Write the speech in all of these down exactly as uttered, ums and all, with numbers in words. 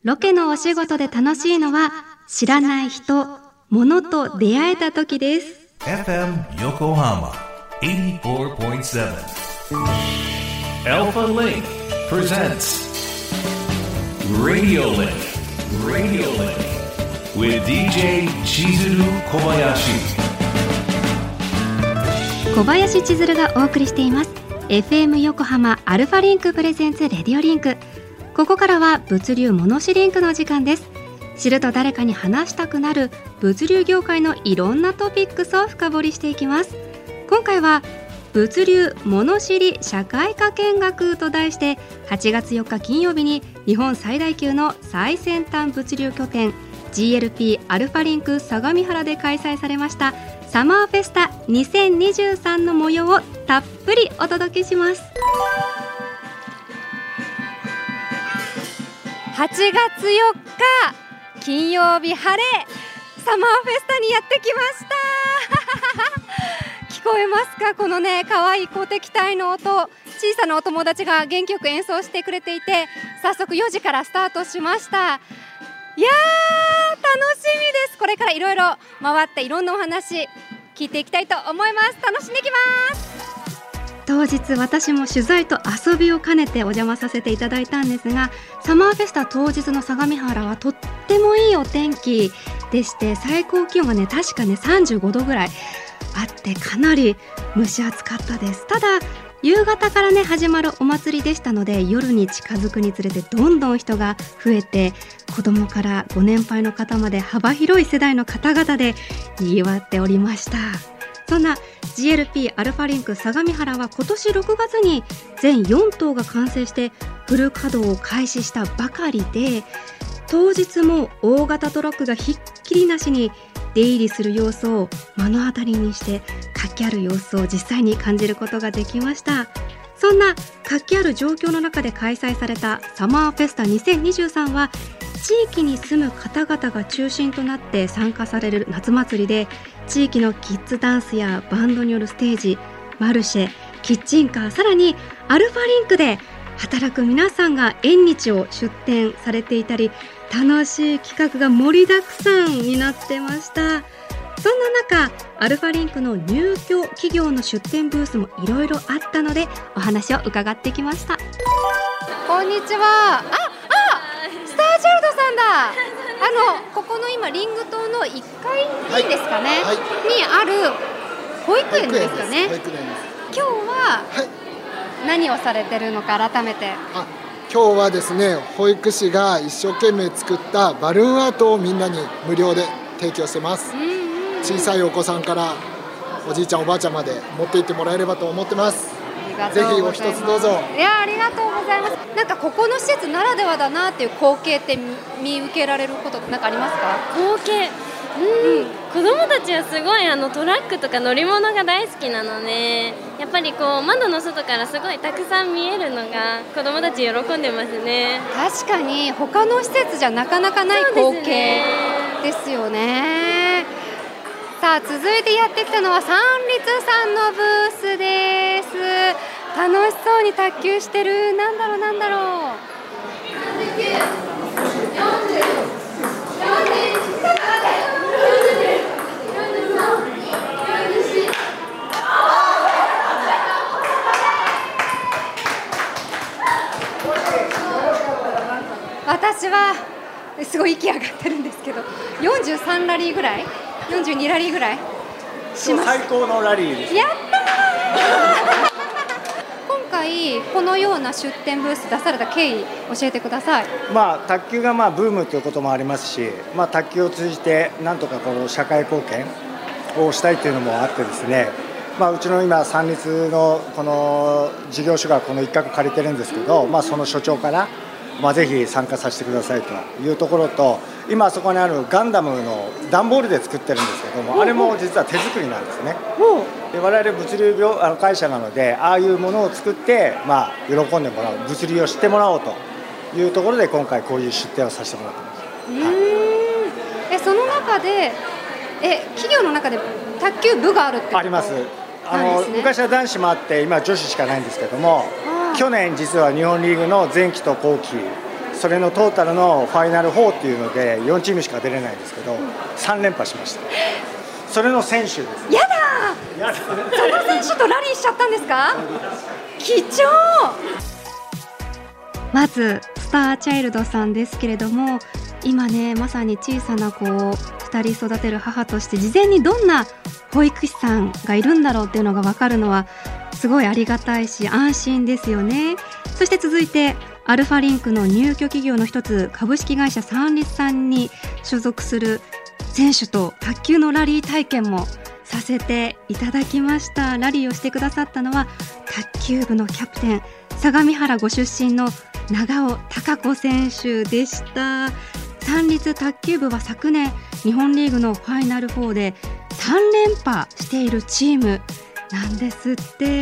ロケのお仕事で楽しいのは知らない人、物と出会えた時です。 エフエム Yokohama はちじゅうよんてんなな Alpha Link presents Radio Link Radio Link with ディージェー 千鶴小林。 小林千鶴がお送りしています。 エフエム 横浜アルファリンクプレゼンツレディオリンク。ここからは物流モノシリンクの時間です。知ると誰かに話したくなる物流業界のいろんなトピックスを深掘りしていきます。今回は物流モノシリ社会科見学と題して、はちがつよっか金曜日に日本最大級の最先端物流拠点 ジーエルピー アルファリンク相模原で開催されましたサマーフェスタにせんにじゅうさんの模様をたっぷりお届けします。はちがつよっか金曜日晴れ、サマーフェスタにやってきました聞こえますか？このね、可愛い鼓笛隊の音、小さなお友達が元気よく演奏してくれていて、早速よじからスタートしました。いやー楽しみです。これからいろいろ回っていろんなお話聞いていきたいと思います。楽しんでいきます。当日私も取材と遊びを兼ねてお邪魔させていただいたんですが、サマーフェスタ当日の相模原はとってもいいお天気でして、最高気温がね確かねさんじゅうごどぐらいあって、かなり蒸し暑かったです。ただ夕方からね始まるお祭りでしたので、夜に近づくにつれてどんどん人が増えて、子供からご年配の方まで幅広い世代の方々で賑わっておりました。そんな ジーエルピー アルファリンク相模原は今年ろくがつに全よんとうが完成してフル稼働を開始したばかりで、当日も大型トラックがひっきりなしに出入りする様子を目の当たりにして、活気ある様子を実際に感じることができました。そんな活気ある状況の中で開催されたサマーフェスタにせんにじゅうさんは、地域に住む方々が中心となって参加される夏祭りで、地域のキッズダンスやバンドによるステージ、マルシェ、キッチンカー、さらにアルファリンクで働く皆さんが縁日を出店されていたり、楽しい企画が盛りだくさんになってました。そんな中、アルファリンクの入居企業の出店ブースもいろいろあったので、お話を伺ってきました。こんにちは。あ、あ、スターチャイルドさんだ。あのここの今リング島のいっかいですかね、はいはい、にある保育園ですかね。保育園です。今日は何をされてるのか改めて。 あ、今日はですね、保育士が一生懸命作ったバルーンアートをみんなに無料で提供してます。うんうんうん、小さいお子さんからおじいちゃんおばあちゃんまで持って行ってもらえればと思ってます。ぜひお一つどうぞ。 いや、ありがとうございます。なんかここの施設ならではだなっていう光景って見受けられることって何かありますか？ 光景、うん、子供たちはすごいあのトラックとか乗り物が大好きなので、やっぱりこう窓の外からすごいたくさん見えるのが子供たち喜んでますね。 確かに他の施設じゃなかなかない光景ですよね。さあ続いてやってきたのは三立さんのブースです。楽しそうに卓球してる。なんだろうなんだろう。私はすごい息上がってるんですけど、よんじゅうさんラリーぐらいよんじゅうにラリーぐらいします。 最高のラリーです。 やったー今回このような出店ブース出された経緯教えてください。 まあ、卓球がまあブームということもありますし、まあ、卓球を通じてなんとかこの社会貢献をしたいというのもあってですね、まあ、うちの今三立のこの事業所がこの一角借りてるんですけど、まあ、その所長からまあ、ぜひ参加させてくださいというところと、今あそこにあるガンダムの段ボールで作ってるんですけども、あれも実は手作りなんですね。で我々物流業あの会社なので、ああいうものを作って、まあ、喜んでもらう、物流を知ってもらおうというところで今回こういう出店をさせてもらってます。 うーん、はい、えその中でえ企業の中で卓球部があるってこと？ あります。あの、ね、昔は男子もあって今女子しかないんですけども、去年実は日本リーグの前期と後期それのトータルのファイナルよんっていうのでよんチームしか出れないんですけど、さん連覇しました。それの選手です。 やだー、その選手とラリーしちゃったんですか？貴重。まずスターチャイルドさんですけれども、今ねまさに小さな子をふたり育てる母として事前にどんな保育士さんがいるんだろうっていうのが分かるのはすごいありがたいし安心ですよね。そして続いてアルファリンクの入居企業の一つ株式会社サンリスさんに所属する選手と卓球のラリー体験もさせていただきました。ラリーをしてくださったのは卓球部のキャプテン相模原ご出身の長尾貴子選手でした。三立卓球部は昨年日本リーグのファイナルよんでさん連覇しているチームなんですって。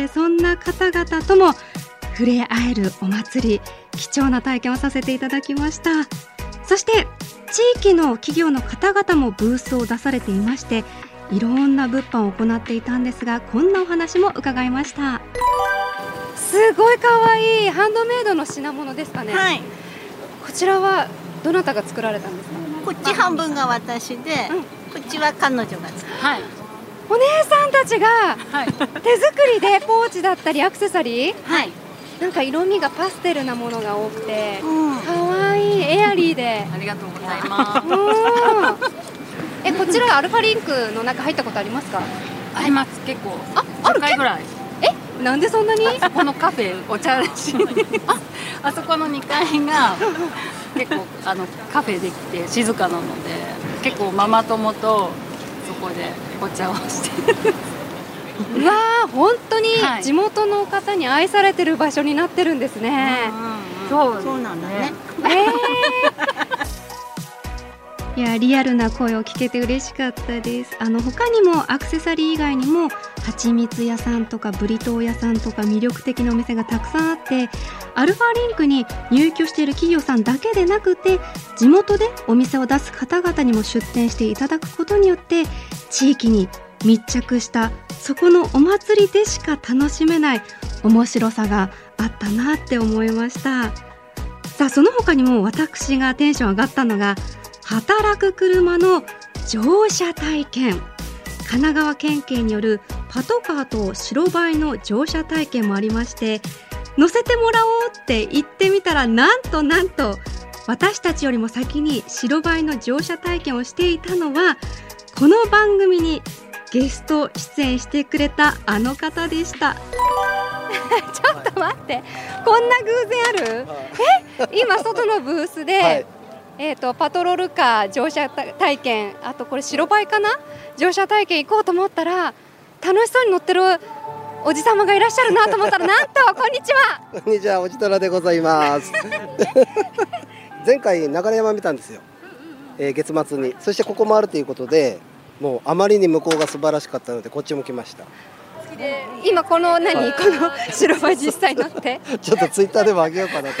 そんな方々とも触れ合えるお祭り、貴重な体験をさせていただきました。そして地域の企業の方々もブースを出されていまして、いろんな物販を行っていたんですが、こんなお話も伺いました。すごいかわいいハンドメイドの品物ですかね。 はい、 こちらはどなたが作られたんですか？ こっち半分が私で、うん、こっちは彼女が作る、 はい、お姉さんたちが手作りでポーチだったりアクセサリー、はい、なんか色味がパステルなものが多くて、うん、かわいいエアリーでありがとうございます。 え、こちらアルファリンクの中入ったことありますか？ あります。結構あ、あるじゅっかいぐらい。 え、なんでそんなに？ あそこのカフェお茶らしいあ, あそこのにかいが結構あのカフェできて静かなので、結構ママ友とそこでお茶をしてる。 うわー、本当に地元の方に愛されてる場所になってるんですね。 そう、そうなんだね。 えーいや、リアルな声を聞けて嬉しかったです。あの他にもアクセサリー以外にも蜂蜜屋さんとかブリトー屋さんとか魅力的なお店がたくさんあって、アルファリンクに入居している企業さんだけでなくて、地元でお店を出す方々にも出店していただくことによって地域に密着したそこのお祭りでしか楽しめない面白さがあったなって思いました。さあ、その他にも私がテンション上がったのが働く車の乗車体験。神奈川県警によるパトカーと白バイの乗車体験もありまして、乗せてもらおうって言ってみたら、なんとなんと私たちよりも先に白バイの乗車体験をしていたのは、この番組にゲスト出演してくれたあの方でした。ちょっと待って、こんな偶然ある？え、今外のブースで、はい、えーと、パトロールカー乗車体験、あとこれ白バイかな、乗車体験行こうと思ったら、楽しそうに乗ってるおじさまがいらっしゃるなと思ったら、なんとこんにちは。 こんにちは、おじとらでございます前回流山見たんですよ、えー、月末に。そしてここもあるということで、もうあまりに向こうが素晴らしかったのでこっちも来ました。 今この何、この白バイ実際乗ってちょっとツイッターでも上げようかなと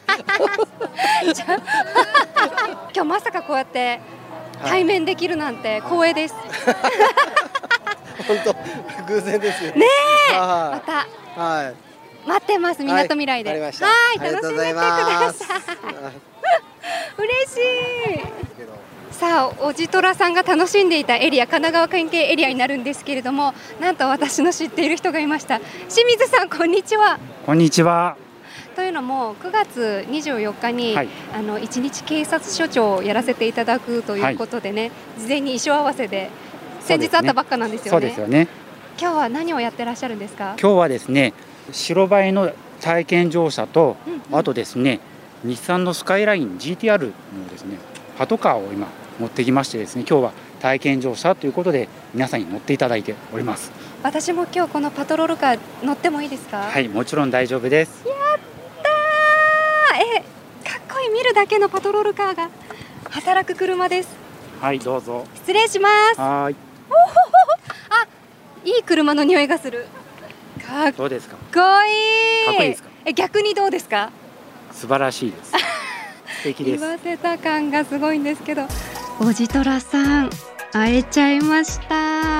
今日まさかこうやって対面できるなんて光栄です、はい本当偶然ですよね。え、 また、 はい、 待ってます、みなとみらいで。はい、 はい、 楽しんでってください嬉しい。さあ、おじとらさんが楽しんでいたエリア、神奈川県警エリアになるんですけれども、なんと私の知っている人がいました。清水さん、こんにちは。 こんにちは。 というのもくがつにじゅうよっかに、はい、あの一日警察署長をやらせていただくということでね、はい、事前に衣装合わせで先日会ったばっかなんですよね。 そうですよね。 今日は何をやってらっしゃるんですか？ 今日はですね、白バイの体験乗車と、うんうん、あとですね、日産のスカイライン ジーティーアール のですね、パトカーを今持ってきましてですね、今日は体験乗車ということで皆さんに乗っていただいております。 私も今日このパトロールカー乗ってもいいですか？ はい、もちろん大丈夫です。 やったー、え、かっこいい、見るだけのパトロールカーが働く車です。 はい、どうぞ。 失礼します。 はい。 おほほほ、あ、いい車の匂いがする。かっこいい。 どうですか？ かっこいい。 かっこいいですか？ え、逆にどうですか？ 素晴らしいです素敵です。 言わせた感がすごいんですけど、おじとらさん会えちゃいました。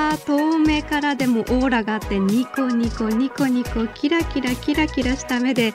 遠目からでもオーラがあって、ニコニコニコニコキラキラキラキラした目で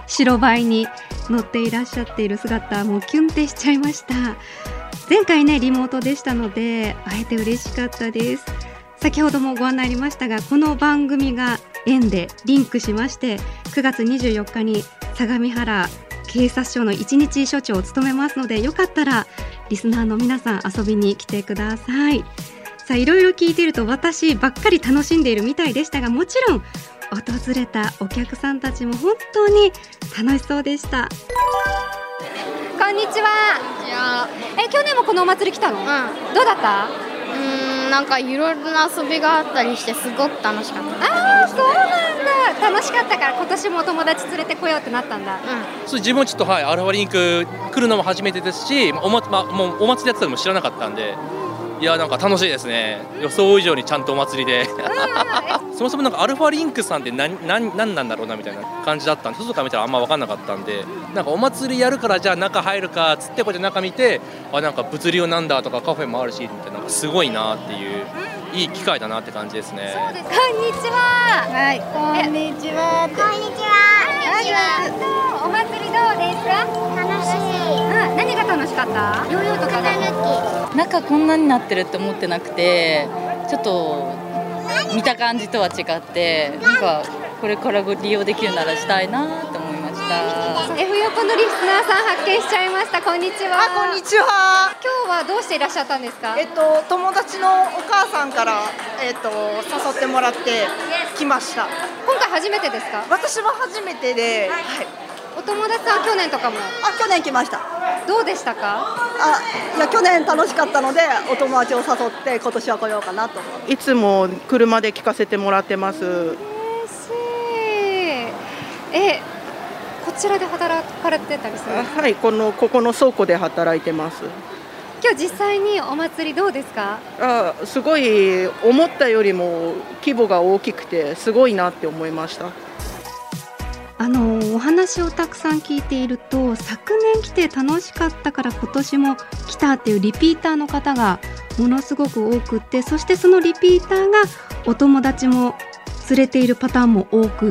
白バイに乗っていらっしゃっている姿もうキュンってしちゃいました。前回ねリモートでしたので会えて嬉しかったです。先ほどもご案内ありましたが、この番組が縁でリンクしまして、くがつにじゅうよっかに相模原警察署の一日署長を務めますので、よかったらリスナーの皆さん遊びに来てください。さあいろいろ聞いていると私ばっかり楽しんでいるみたいでしたが、もちろん訪れたお客さんたちも本当に楽しそうでした。 こんにちは。え去年もこのお祭り来たの？うん、どうだった？ うーんなんかいろいろな遊びがあったりしてすごく楽しかった。 ああそうなんだ。楽しかったから今年もお友達連れてこようってなったんだ。うん、 そう自分もちょっと、はい、アルファリンク来るのも初めてですし、おま、ま、もうお祭りやってたのも知らなかったんで、いやなんか楽しいですね。予想以上にちゃんとお祭りでそもそもなんかアルファリンクさんって何、何、何なんだろうなみたいな感じだったんで、外から見たらあんま分かんなかったんで、なんかお祭りやるからじゃあ中入るかっつってこうやって中見て、あなんか物流なんだとかカフェもあるしみたいな、なんかすごいなっていういい機会だなって感じですね。 そうです。こんにちは。 はい、こんにちは。こんにちは。 お祭りどうですか？ 楽しい。 うん、何が楽しかった？ヨーヨーとかだ。 中こんなになってるって思ってなくて、ちょっと見た感じとは違って、なんかこれから利用できるならしたいなと思いました。 F 横のリスナーさん発見しちゃいました。こんにちは。 あ、こんにちは。 今日はどうしていらっしゃったんですか？ えっと友達のお母さんからえっと誘ってもらって来ました。 今回初めてですか？ 私も初めてで、はい。 お友達さん去年とかも？ あ、去年来ました。 どうでしたか？ あ、いや去年楽しかったのでお友達を誘って今年は来ようかなと。 いつも車で聞かせてもらってます。 嬉しい。え、こちらで働かれてたりする？ はい、このここの倉庫で働いてます。 今日実際にお祭りどうですか？ あ、すごい思ったよりも規模が大きくてすごいなって思いました。 あのお話をたくさん聞いていると、昨年来て楽しかったから今年も来たっていうリピーターの方がものすごく多くって、そしてそのリピーターがお友達も連れているパターンも多くって、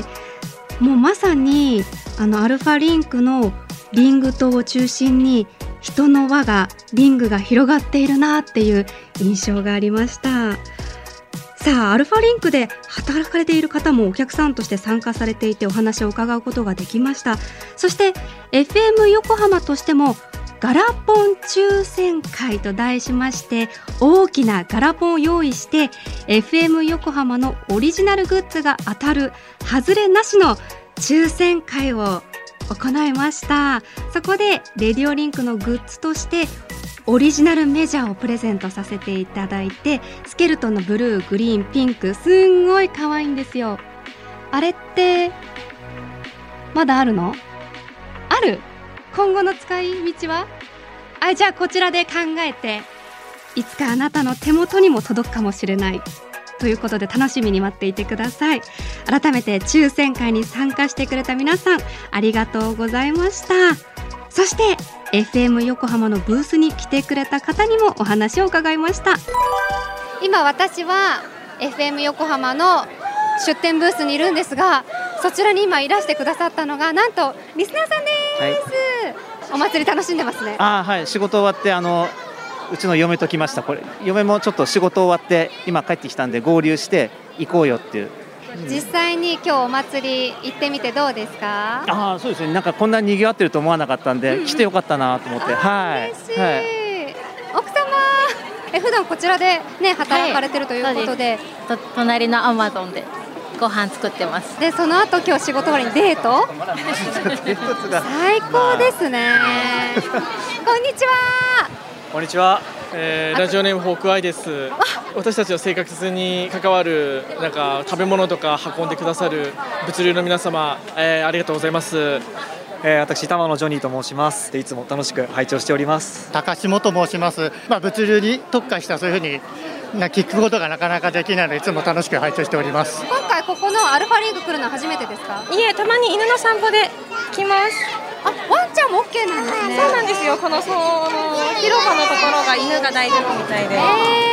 もうまさにあのアルファリンクのリング島を中心に人の輪がリングが広がっているなっていう印象がありました。さあアルファリンクで働かれている方もお客さんとして参加されていてお話を伺うことができました。そして エフエム 横浜としてもガラポン抽選会と題しまして大きなガラポンを用意して エフエム 横浜のオリジナルグッズが当たる外れなしの抽選会を行いました。そこでレディオリンクのグッズとしてオリジナルメジャーをプレゼントさせていただいて、スケルトンのブルー、グリーン、ピンク、すんごい可愛いんですよ。あれってまだあるの？ある？今後の使い道は？あ、じゃあこちらで考えて、いつかあなたの手元にも届くかもしれないということで楽しみに待っていてください。改めて抽選会に参加してくれた皆さんありがとうございました。そして エフエム 横浜のブースに来てくれた方にもお話を伺いました。 今私は エフエム 横浜の出店ブースにいるんですが、そちらに今いらしてくださったのがなんとリスナーさんです、はい、お祭り楽しんでますね。 あ、はい、仕事終わってあのうちの嫁と来ました。これ嫁もちょっと仕事終わって今帰ってきたんで合流して行こうよっていう。 実際に今日お祭り行ってみてどうですか？ あ、そうですね。なんかこんなに賑わってると思わなかったんで、うん、来てよかったなと思って。はい。 嬉しい。はい、奥様、え普段こちらでね働かれてるということで、 はい、と隣のアマゾンでご飯作ってます。 でその後今日仕事終わりにデート？最高ですね。こんにちは。 こんにちは。えー、ラジオネームホークアイです。私たちの生活に関わるなんか食べ物とか運んでくださる物流の皆様、えー、ありがとうございます。 えー、私玉野ジョニーと申します。でいつも楽しく拝聴しております。 高下と申します。まあ、物流に特化したそういうふうにな聞くことがなかなかできないのでいつも楽しく拝聴しております。 今回ここのアルファリンク来るのは初めてですか？ いえ、たまに犬の散歩で来ます。 あ、ワンちゃんも OK なんですね。 そうなんですよ。このその広場のところが犬が大丈夫みたいで、 えー、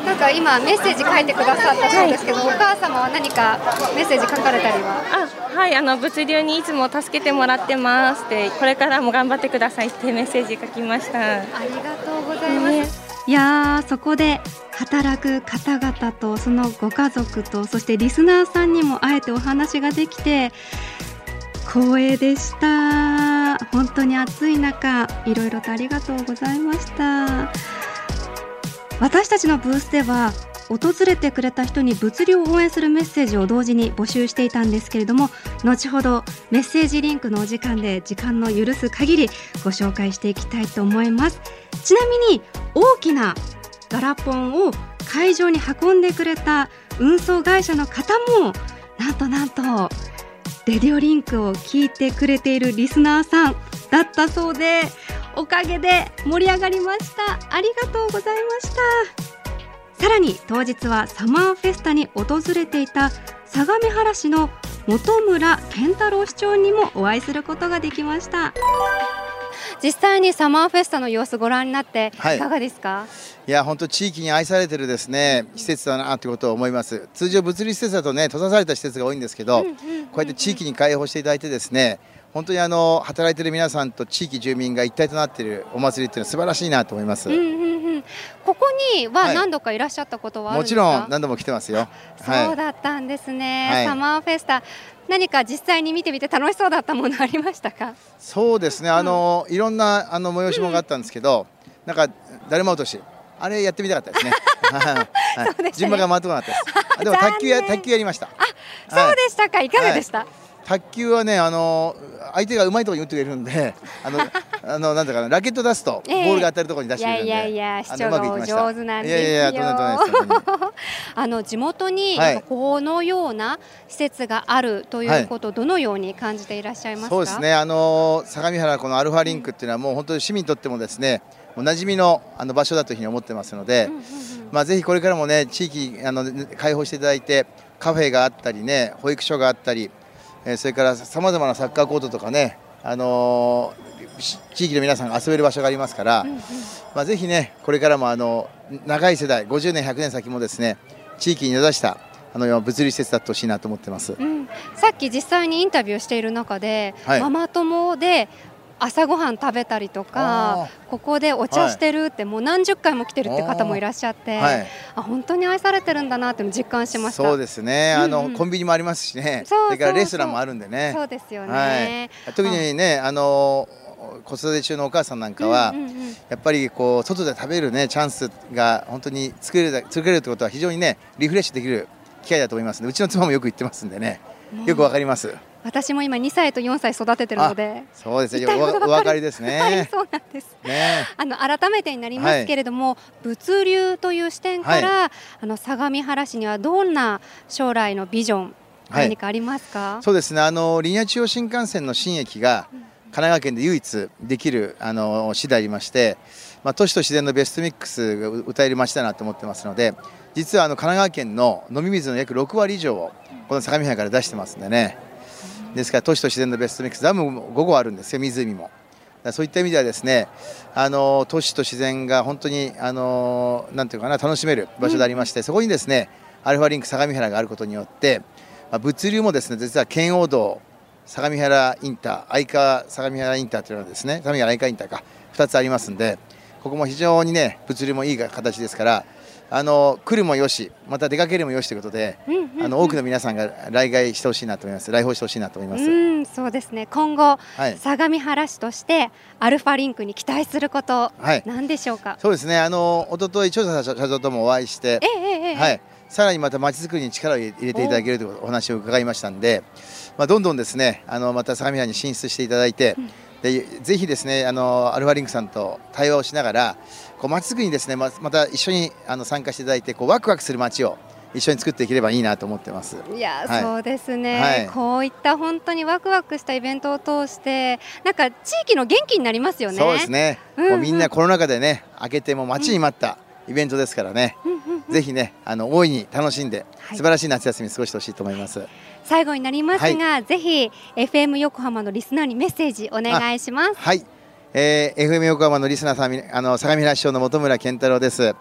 なんか今メッセージ書いてくださったそうですけど、はい、お母様は何かメッセージ書かれたりは？ あ、はい、あの物流にいつも助けてもらってますってこれからも頑張ってくださいってメッセージ書きました。 ありがとうございます、ね、いやーそこで働く方々とそのご家族とそしてリスナーさんにもあえてお話ができて光栄でした。本当に暑い中いろいろとありがとうございました。私たちのブースでは訪れてくれた人に物流を応援するメッセージを同時に募集していたんですけれども、後ほどメッセージリンクのお時間で時間の許す限りご紹介していきたいと思います。ちなみに大きなガラポンを会場に運んでくれた運送会社の方もなんとなんとレディオリンクを聞いてくれているリスナーさんだったそうで、おかげで盛り上がりました。ありがとうございました。さらに当日はサマーフェスタに訪れていた相模原市の本村健太郎市長にもお会いすることができました。実際にサマーフェスタの様子ご覧になっていかがですか？はい、 いや本当地域に愛されてるですね施設だなということを思います。通常物流施設だとね閉ざされた施設が多いんですけど、うんうんうんうん、こうやって地域に開放していただいてですね本当にあの働いている皆さんと地域住民が一体となっているお祭りっていうのは素晴らしいなと思います。うんうんうん、ここには何度かいらっしゃったことはあるんですか？ もちろん何度も来てますよ。 そうだったんですね、 はい、 サマーフェスタ何か実際に見てみて楽しそうだったものありましたか？ そうですね、あの、うん、いろんなあの催し物があったんですけど、うん、なんかだるま落としあれやってみたかったですね。はい、順番が回ってこなかったです。でも卓球や卓球やりました。 あ、そうでしたか。いかがでした？はい、 卓球はね、あの相手がうまいところに打ってくれるんで、あのあのなんだかなラケット出すとボールが当たるところに出してくれるんで、いやいやいや市長がお上手なんですよ。いやいやいやとんでもないです。あの地元にこのような施設があるということをどのように感じていらっしゃいますか？ そうですね。あの相模原このアルファリンクっていうのはもう本当に市民にとってもですね、おなじみのあの場所だというふうに思ってますので、うんうんうん、まあぜひこれからもね地域あの開放していただいてカフェがあったりね、保育所があったり。それからさまざまなサッカーコートとかね、あのー、地域の皆さんが遊べる場所がありますから、うんうん、まあ、ぜひねこれからもあの長い世代ごじゅうねんひゃくねん先もですね地域に根ざしたあの物流施設だってほしいなと思ってます、 うん、さっき実際にインタビューしている中で、はい、ママ友で朝ごはん食べたりとかここでお茶してるって、はい、もう何十回も来てるって方もいらっしゃって、はい、あ本当に愛されてるんだなって実感しました。 そうですね、あの、うんうん、コンビニもありますしね、それからレストランもあるんでね。 そうですよね、 はい、特にねあの子育て中のお母さんなんかは、うんうんうん、やっぱりこう外で食べるねチャンスが本当に作れる作れるってことは非常にねリフレッシュできる機会だと思いますので、うちの妻もよく言ってますんでね、よくわかります。 私も今にさいとよんさい育ててるので、 そうですね、お分かりですね。 はい、そうなんです。 ね、 あの改めてになりますけれども、はい、物流という視点から、はい、あの相模原市にはどんな将来のビジョン、はい、何かありますか？ そうですね、あのリニア中央新幹線の新駅が神奈川県で唯一できるあの市でありまして、まあ、都市と自然のベストミックスが歌える街だなと思ってますので、実はあの神奈川県の飲み水の約ろくわり以上をこの相模原から出してますんでね。ですから都市と自然のベストミックスダムもごごあるんですよ、湖も。そういった意味ではですね、あの都市と自然が本当にあのなんていうかな楽しめる場所でありまして、うん、そこにですねアルファリンク相模原があることによって、まあ、物流もですね実は圏央道相模原インター、相川相模原インターというのはですね相模原相川インターがふたつありますんで、ここも非常にね物流もいい形ですから。あの来るもよし、また出かけるもよしということで、うんうんうん、あの多くの皆さんが来街してほしいなと思います。来訪してほしいなと思います。 うん、そうですね。今後、はい、相模原市としてアルファリンクに期待すること、はい、何でしょうか？ そうですね。あの一昨日調査社長ともお会いして、 えええ、 はい、さらにまた街づくりに力を入れていただけるというお話を伺いましたんで、まあどんどんですね、あのまた相模原に進出していただいて、うん、でぜひですねあのアルファリンクさんと対話をしながら。こう街づくりにですね ま, また一緒にあの参加していただいてこうワクワクする街を一緒に作っていければいいなと思ってます。 いや、はい、そうですね、はい、こういった本当にワクワクしたイベントを通してなんか地域の元気になりますよね。 そうですね、うんうん、もうみんなコロナ禍でね明けても待ちに待ったイベントですからね、うんうんうん、ぜひねあの大いに楽しんで、はい、素晴らしい夏休み過ごしてほしいと思います。 最後になりますが、はい、ぜひ エフエム 横浜のリスナーにメッセージお願いします。 はい、えー、エフエム 横浜のリスナーさん、あの相模原市長の本村健太郎です。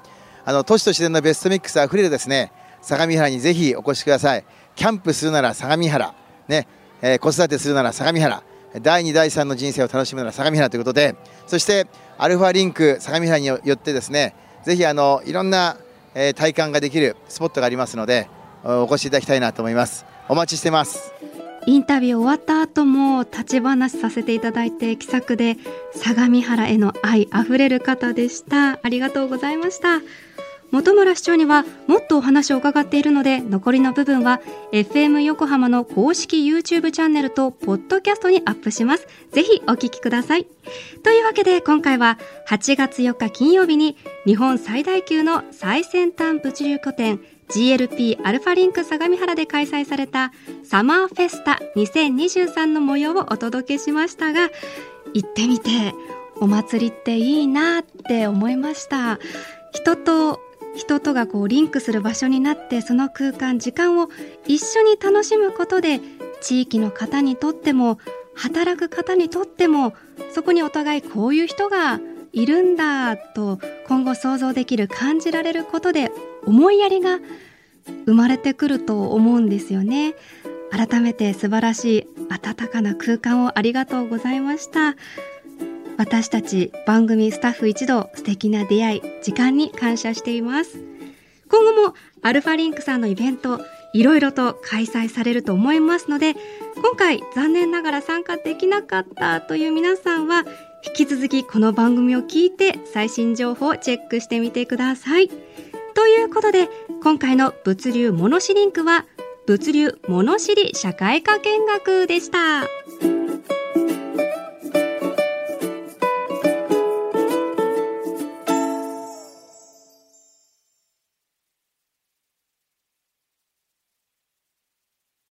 あの都市と自然のベストミックスあふれるですね相模原にぜひお越しください。キャンプするなら相模原、ねえー、子育てするなら相模原、だいにだいさんの人生を楽しむなら相模原ということで、そしてアルファリンク相模原によってですねぜひあのいろんな、えー、体感ができるスポットがありますのでお越しいただきたいなと思います。お待ちしてます。 インタビュー終わった後も立ち話させていただいて気さくで相模原への愛あふれる方でした。ありがとうございました。本村市長にはもっとお話を伺っているので残りの部分は エフエム 横浜の公式 YouTube チャンネルとポッドキャストにアップします。ぜひお聞きください。というわけで今回ははちがつよっか金曜日に日本最大級の最先端物流拠点 ジーエルピー アルファリンク相模原で開催されたサマーフェスタにせんにじゅうさんの模様をお届けしましたが、行ってみてお祭りっていいなって思いました。人と人とがこうリンクする場所になって、その空間時間を一緒に楽しむことで地域の方にとっても働く方にとってもそこにお互いこういう人がいるんだと今後想像できる、感じられることで思いやりが生まれてくると思うんですよね。改めて素晴らしい温かな空間をありがとうございました。私たち番組スタッフ一同素敵な出会い時間に感謝しています。今後もアルファリンクさんのイベントいろいろと開催されると思いますので、今回残念ながら参加できなかったという皆さんは引き続きこの番組を聞いて最新情報をチェックしてみてください。ということで今回の物流モノシリンクは物流モノシリ社会科見学でした。